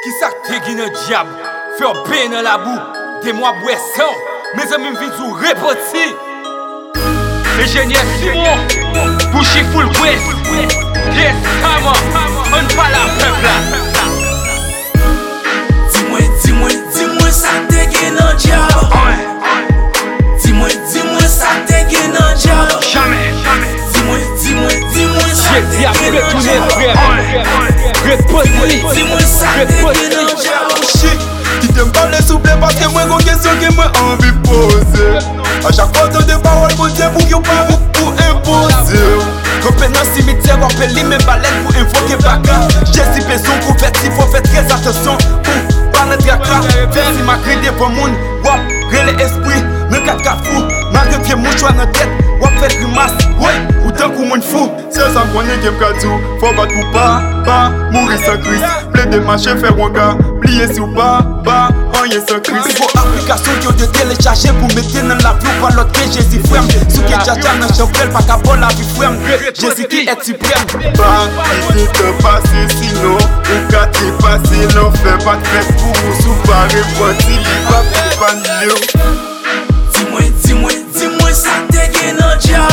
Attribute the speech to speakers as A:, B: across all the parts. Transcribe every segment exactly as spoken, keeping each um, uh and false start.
A: Qui ça que t'es le diable? Faire bien dans la boue, t'es moi boisson. Mes amis me viennent repartir. Ingénieur Simon, boucher full west. Yes, come on, on pas la peuple.
B: Dis-moi, dis-moi, dis-moi ça t'es dans le diable. Dis-moi, dis-moi ça t'es dans le diable.
A: Jamais, jamais.
B: Dis-moi, dis-moi, dis-moi ça
A: J'ai dit
B: t'es
A: après
B: dans
A: tous
B: le
A: les
B: diable.
A: frères. Repartir.
B: Dis-moi ça t'es dans le diable.
C: Qui t'aime parler souple parce que moi gon question que moi envie poser. A chaque fois t'as des paroles pour dire pour yon pas pour imposer.
A: Campé dans le cimetière, on peut même baleine pour invoquer Baka. J'ai si besoin converti, faut faire très attention pour pas notre gaka. Faire si ma grille devant moun, wap, relais esprit, ne quatre quatre fou. Ma vieux mouchoir dans tête, wap fait grimace, ouais, ou tant qu'on moun fou.
C: C'est ça qu'on est game kadou, faut battre pour pas, pas mourir sans Christ. Plein de marcher faire un gars, plier sur pas, pas, rien sans Christ.
A: Vos applications qui ont de télécharger pour mettre dans la vie par l'autre que Jésus frème. Sous qui tchatcha dans chapelle, pas qu'à la vie frème. Jésus qui est suprême.
C: Pas quitter te passer sinon, ou qu'à t'y passer, non fais pas de fête pour vous souparer, voici les papes pas de
B: Dis-moi, dis-moi, dis-moi ça t'es dans le diable.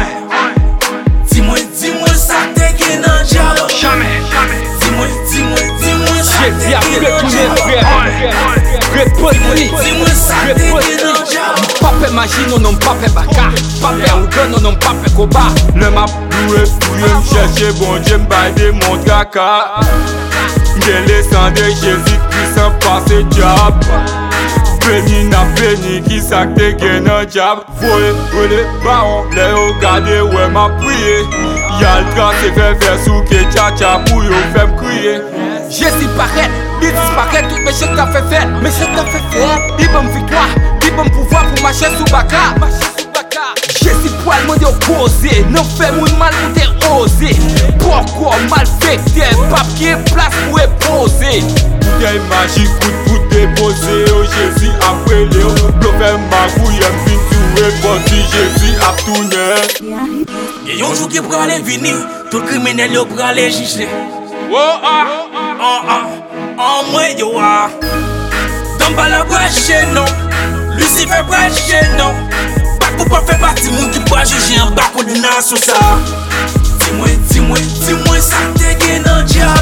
B: Dis-moi, dis-moi ça t'es dans le diable.
A: Jamais, jamais.
B: Dis-moi, dis-moi, dis-moi ça
A: J'ai
B: t'es
A: dit après
B: dans
A: tous
B: le
A: les
B: diable.
A: frères. Repartir.
B: Dis-moi ça t'es dans le diable.
A: Pape magie, non non pape baka. Pape ou gun, non non pape koba.
D: Le map loué, fouillé, m'chercher, bon Dieu m'baille des montres caca. M'gèle les sangs de Jésus-Christ sans passer diable. Béni n'a béni, qui ça que t'es gain un diable. Volé, volé, baron, les regarder, ouais m'a prié. Y'a le tracé, fait faire sous que tcha-tcha pour yo fait m'crier.
A: Jésus paraît, il disparaît, tout mes chèques t'a fait faire. Mes chèques t'a fait faire. Il bon victoire, il bon pouvoir pour marcher sous baka. Jésus poil m'en opposé, non fait mon mal pour t'es osé. Pourquoi mal fait t'es papier place pour épouser.
D: Bouteille magique, coup de foot déposé au Jésus après Léo. Bluffé ma couille, m'vin tout reporti, Jésus a tourné.
B: Et yon jour qui prend les vini, tout criminel yo prend les juger.
D: Oh ah,
B: En, en, en moi yo ah. Dans pas la brèche non, Lucifer brèche non. Pas pour pas faire partie moun qui pas juger en bas pour nation ça. Dis-moi, dis-moi, dis-moi ça t'es dans le diable.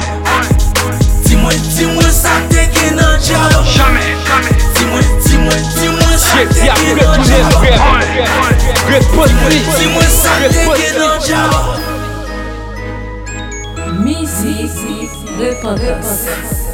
B: Dis-moi, dis-moi ça t'es dans le diable.
A: Jamais, jamais.
B: Dis-moi, dis-moi, dis-moi ça
A: J'ai
B: t'es
A: dit après
B: dans
A: tous
B: le
A: les
B: diable.
A: frères. Repartir.
B: Dis-moi ça t'es dans le diable.
E: Musique, le podcast.